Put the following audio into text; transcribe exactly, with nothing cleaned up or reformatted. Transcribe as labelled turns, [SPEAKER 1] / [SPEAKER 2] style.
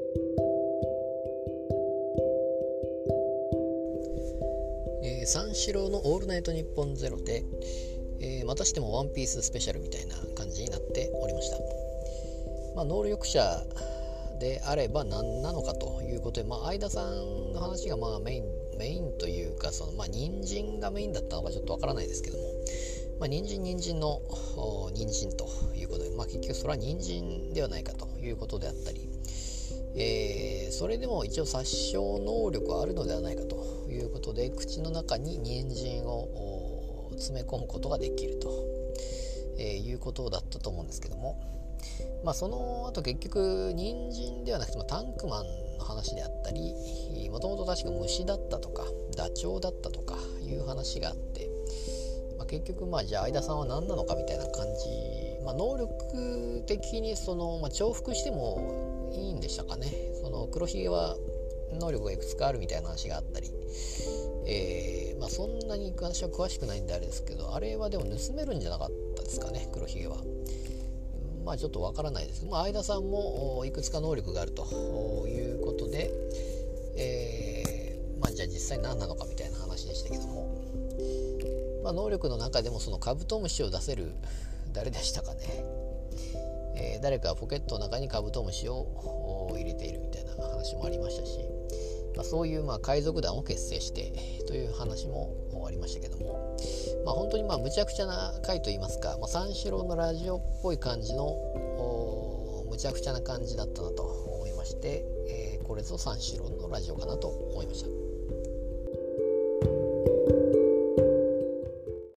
[SPEAKER 1] えー、三四郎のオールナイトニッポンゼロで、えー、またしてもワンピーススペシャルみたいな感じになっておりました。まあ、能力者であれば何なのかということで、まあ、相田さんの話がまあメインメインというか、そのまあ人参がメインだったのかちょっとわからないですけども、まあ、人参人参の人参ということで、まあ、結局それは人参ではないかということであったり、えー、それでも一応殺傷能力はあるのではないかということで、口の中に人参を詰め込むことができると、えー、いうことだったと思うんですけども、まあ、その後結局人参ではなくてもタンクマンの話であったり、もともと確か虫だったとかダチョウだったとかいう話があって、まあ、結局まあじゃあ相田さんは何なのかみたいな感じ、まあ、能力的にその、まあ、重複してもいいんでしたかね。その黒ひげは能力がいくつかあるみたいな話があったり、えーまあ、そんなに私は詳しくないんであれですけど、あれはでも盗めるんじゃなかったですかね、黒ひげは。まあちょっとわからないです。まあ、相田さんもいくつか能力があるということで、えー、まあじゃあ実際何なのかみたいな話でしたけども、まあ、能力の中でもそのカブトムシを出せる誰でしたかね、えー、誰かポケットの中にカブトムシを入れているみたいな話もありましたし、まあ、そういうまあ海賊団を結成してという話もありましたけども、まあ、本当にまあむちゃくちゃな回といいますか、まあ、三四郎のラジオっぽい感じのむちゃくちゃな感じだったなと思いまして、えー、これぞ三四郎のラジオかなと思いました。